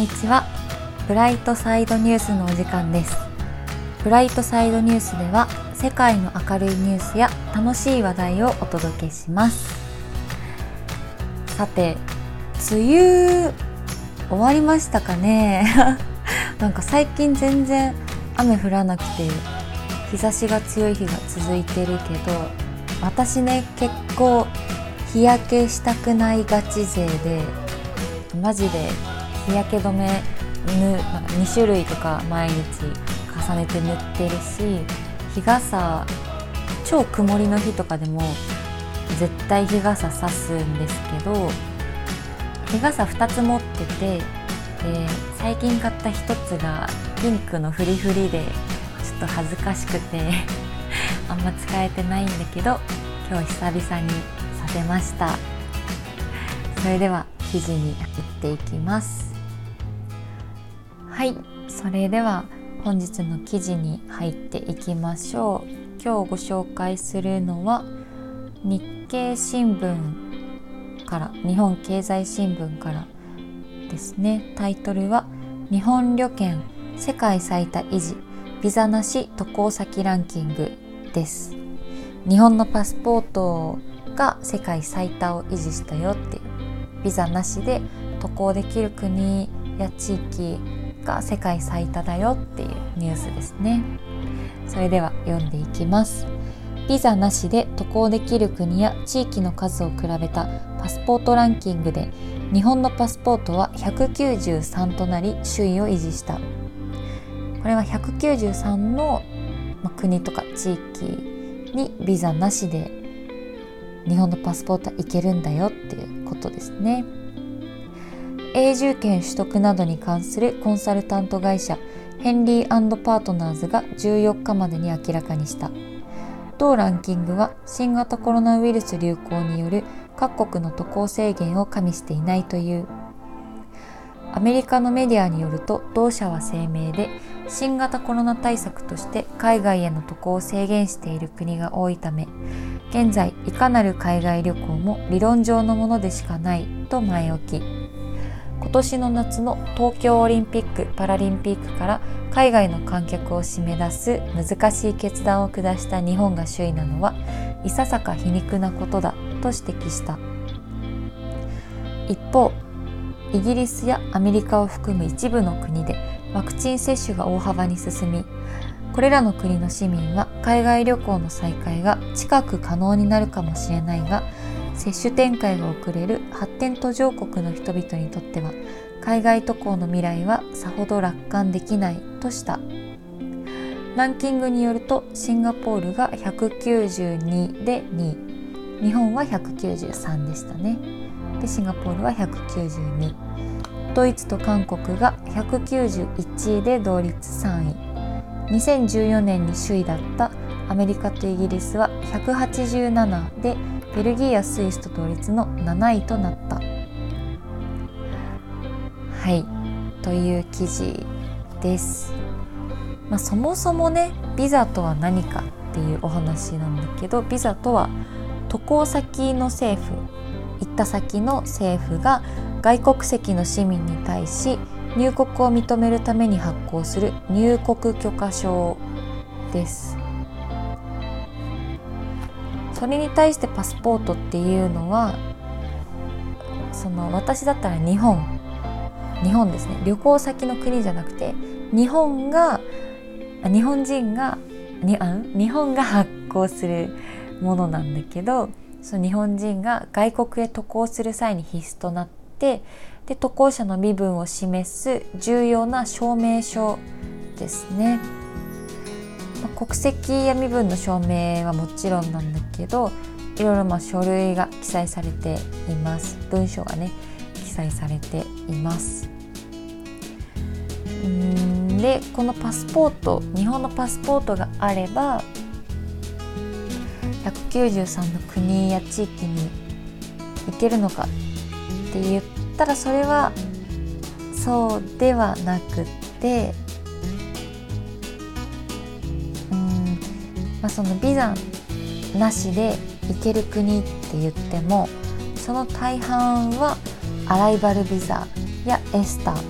にちは。ブライトサイドニュースのお時間です。ブライトサイドニュースでは世界の明るいニュースや楽しい話題をお届けします。さて、梅雨終わりましたかねなんか最近全然雨降らなくて日差しが強い日が続いてるけど、私ね結構日焼けしたくないガチ勢で、マジで日焼け止めなんか2種類とか毎日重ねて塗ってるし、日傘超曇りの日とかでも絶対日傘差すんですけど、日傘2つ持ってて、最近買った1つがピンクのフリフリでちょっと恥ずかしくてあんま使えてないんだけど、今日久々にさせました。それでは記事に入っていきます。はい、それでは本日の記事に入っていきましょう。今日ご紹介するのは日経新聞から、日本経済新聞からですね。タイトルは日本旅券世界最多維持、ビザなし渡航先ランキングです。日本のパスポートが世界最多を維持したよっていう、ビザなしで渡航できる国や地域が世界最多だよっていうニュースですね。それでは読んでいきます。ビザなしで渡航できる国や地域の数を比べたパスポートランキングで、日本のパスポートは193となり首位を維持した。これは193の国とか地域にビザなしで日本のパスポートはいけるんだよっていうことですね。永住権取得などに関するコンサルタント会社ヘンリー&パートナーズが14日までに明らかにした。同ランキングは新型コロナウイルス流行による各国の渡航制限を加味していないという。アメリカのメディアによると、同社は声明で、新型コロナ対策として海外への渡航を制限している国が多いため、現在いかなる海外旅行も理論上のものでしかないと前置き、今年の夏の東京オリンピック・パラリンピックから海外の観客を締め出す難しい決断を下した日本が首位なのはいささか皮肉なことだと指摘した。一方、イギリスやアメリカを含む一部の国でワクチン接種が大幅に進み、これらの国の市民は海外旅行の再開が近く可能になるかもしれないが、接種展開が遅れる発展途上国の人々にとっては海外渡航の未来はさほど楽観できないとした。ランキングによると、シンガポールが192で2位、日本は193でしたね。でシンガポールは192、ドイツと韓国が191位で同率3位、2014年に首位だったアメリカとイギリスは187でベルギーやスイスと同率の7位となった。はい、という記事です。そもそもね、ビザとは何かっていうお話なんだけど、ビザとは渡航先の政府、行った先の政府が外国籍の市民に対し入国を認めるために発行する入国許可証です。それに対してパスポートっていうのは、私だったら日本ですね。旅行先の国じゃなくて日本が発行するものなんだけど、その日本人が外国へ渡航する際に必須となって、で渡航者の身分を示す重要な証明書ですね。国籍や身分の証明はもちろんなんだけど、いろいろ書類が記載されています。文書がね記載されています。でこのパスポート、日本のパスポートがあれば193の国や地域に行けるのかって言ったら、それはそうではなくて、そのビザなしで行ける国って言っても、その大半はアライバルビザやエスタ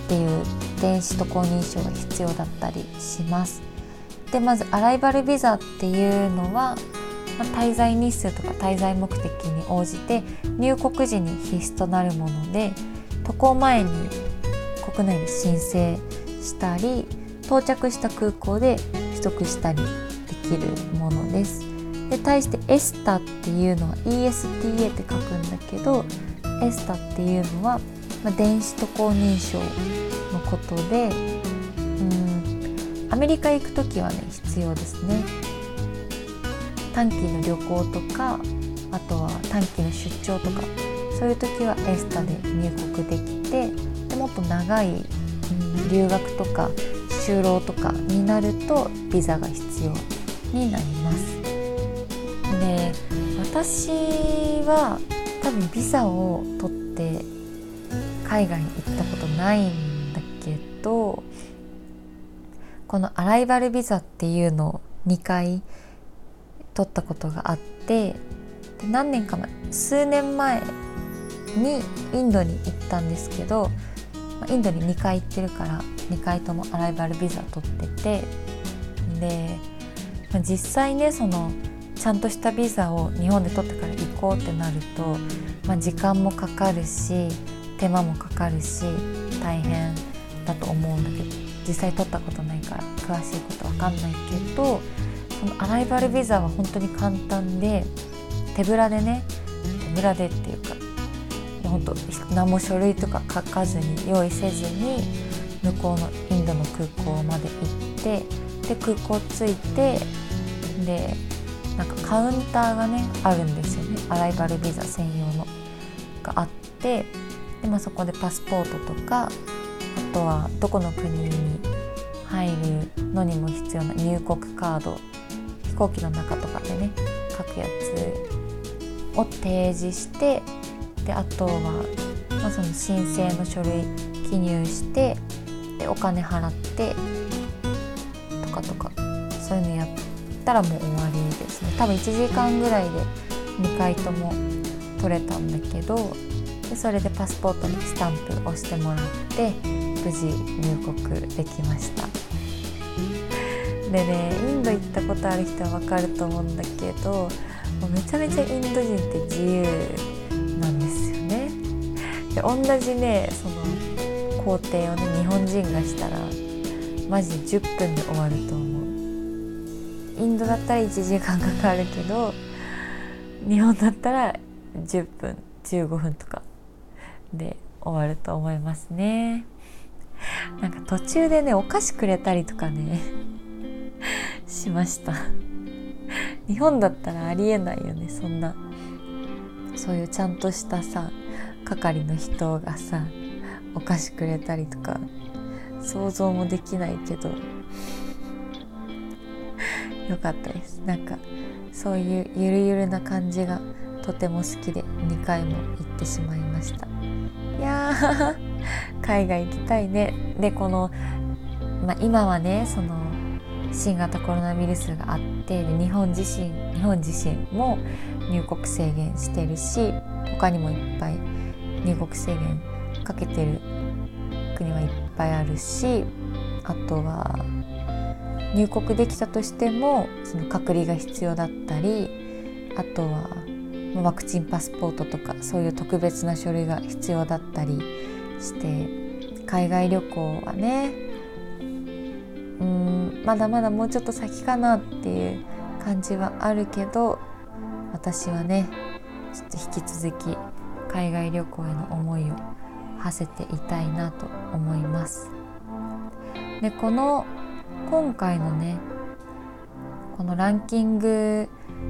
っていう電子渡航認証が必要だったりします。でまずアライバルビザっていうのは、滞在日数とか滞在目的に応じて入国時に必須となるもので、渡航前に国内で申請したり到着した空港で取得したりできるものです。で対してエスタっていうのは ESTA って書くんだけど、エスタっていうのは、電子渡航認証のことで、アメリカ行くときはね必要ですね。短期の旅行とか、あとは短期の出張とか、そういうときはエスタで入国できて、でもっと長い、留学とか就労とかになるとビザが必要になります。で私は多分ビザを取って海外に行ったことないんだけど、このアライバルビザっていうのを2回取ったことがあって、で何年か前、数年前にインドに行ったんですけど、インドに2回行ってるから2回ともアライバルビザ取ってて、で、実際ねそのちゃんとしたビザを日本で取ってから行こうってなると、時間もかかるし手間もかかるし大変だと思うんだけど、実際取ったことないから詳しいことわかんないけど、そのアライバルビザは本当に簡単で、手ぶらでっていうか本当何も書類とか書かずに用意せずに向こうのインドの空港まで行って、で空港着いて、でなんかカウンターがねあるんですよね。アライバルビザ専用のがあって、で、そこでパスポートとか、あとはどこの国に入るのにも必要な入国カード、飛行機の中とかでね書くやつを提示して、であとは、その申請の書類記入して、でお金払ってとかそういうのやったらもう終わりですね。多分1時間ぐらいで2回とも取れたんだけど、でそれでパスポートにスタンプ押してもらって無事入国できました。でね、インド行ったことある人は分かると思うんだけど、もうめちゃめちゃインド人って自由なんですよね。で同じねその工程をね日本人がしたらマジ10分で終わると思う。インドだったら1時間かかるけど、日本だったら10分15分とかで終わると思いますね。なんか途中でねお菓子くれたりとかねしました。日本だったらありえないよね、そんなそういうちゃんとしたさ係の人がさお菓子くれたりとか想像もできないけどよかったです。なんかそういうゆるゆるな感じがとても好きで2回も行ってしまいました。いやー海外行きたいね。でこの、今はねその新型コロナウイルスがあって、で日本自身も入国制限してるし、他にもいっぱい入国制限かけてる国はいっぱいあるし、あとは入国できたとしてもその隔離が必要だったり、あとはワクチンパスポートとかそういう特別な書類が必要だったりして、海外旅行はねまだまだもうちょっと先かなっていう感じはあるけど、私はねちょっと引き続き海外旅行への思いを馳せていたいなと思います。で今回のねこのランキング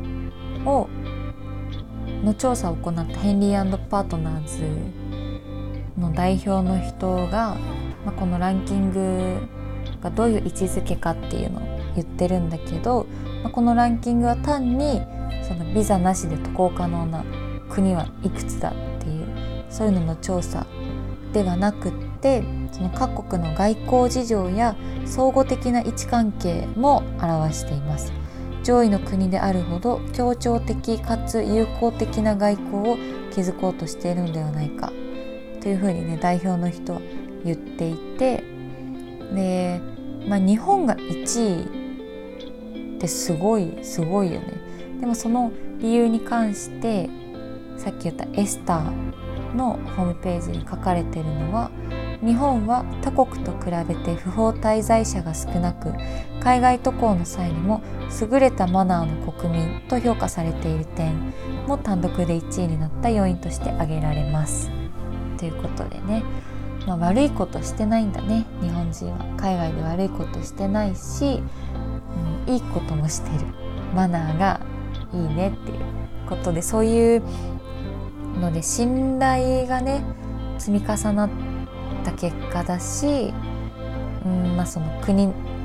の調査を行ったヘンリー&パートナーズの代表の人が、このランキングがどういう位置づけかっていうのを言ってるんだけど、このランキングは単にそのビザなしで渡航可能な国はいくつだっていうそういうのの調査ではなくって、その各国の外交事情や相互的な位置関係も表しています。上位の国であるほど協調的かつ友好的な外交を築こうとしているのではないかというふうにね代表の人は言っていて、で、日本が1位ってすごいよね。でもその理由に関してさっき言ったエスターのホームページに書かれているのは、日本は他国と比べて不法滞在者が少なく、海外渡航の際にも優れたマナーの国民と評価されている点も単独で1位になった要因として挙げられますということでね、悪いことしてないんだね、日本人は。海外で悪いことしてないし、いいこともしてる、マナーがいいねっていうことで、そういうので信頼がね積み重なった結果だし、その国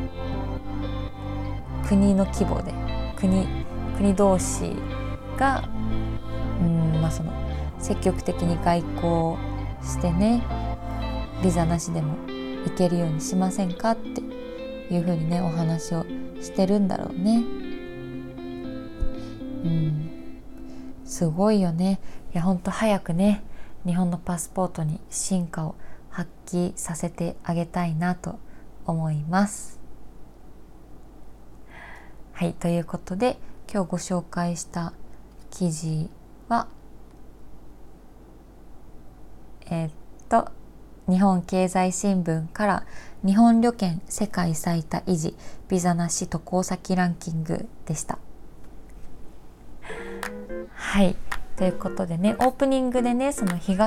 の規模で国同士がその積極的に外交してね、ビザなしでも行けるようにしませんかっていうふうにねお話をしてるんだろうね。すごいよね。いやほんと早くね日本のパスポートに進化を発揮させてあげたいなと思います。はい、ということで今日ご紹介した記事は日本経済新聞から日本旅券世界最多維持ビザなし渡航先ランキングでした。はい、ということでね、オープニングでねその日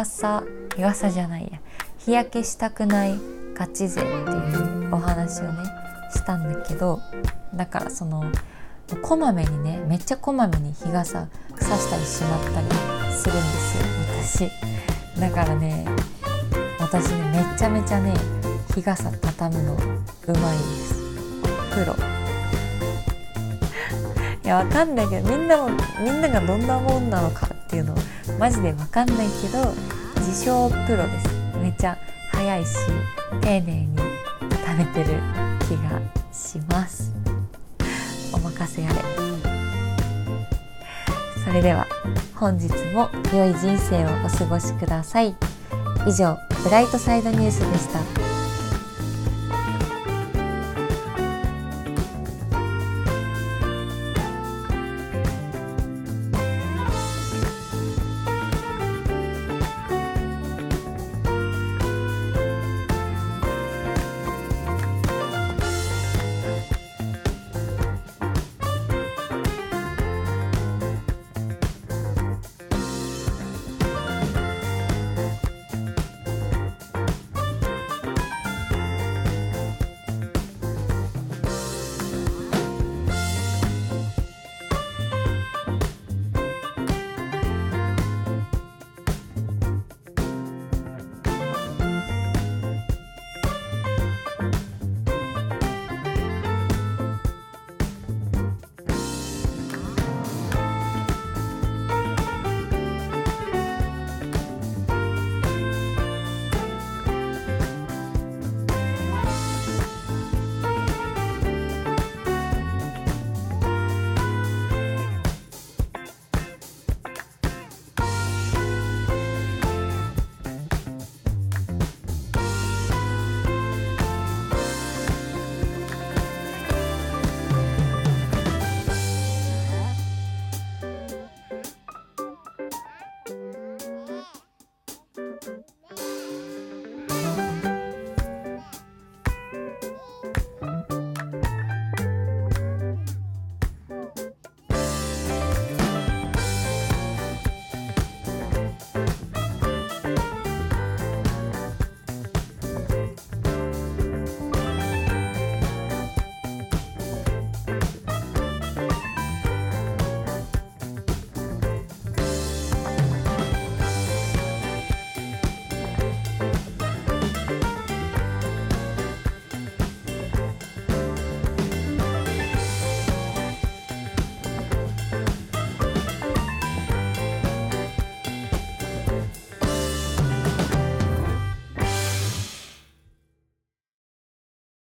焼けしたくないガチ勢っていうお話をねしたんだけど、だからそのめっちゃこまめに日傘さしたりしまったりするんですよ私。だからね私ねめちゃめちゃね日傘畳むのうまいです。プロ。いやわかんないけどみんながどんなもんなのかっていうのマジでわかんないけど、自称プロです。めっちゃ早いし丁寧に食べてる気がします。お任せあれ。それでは本日も良い人生をお過ごしください。以上ブライトサイドニュースでした。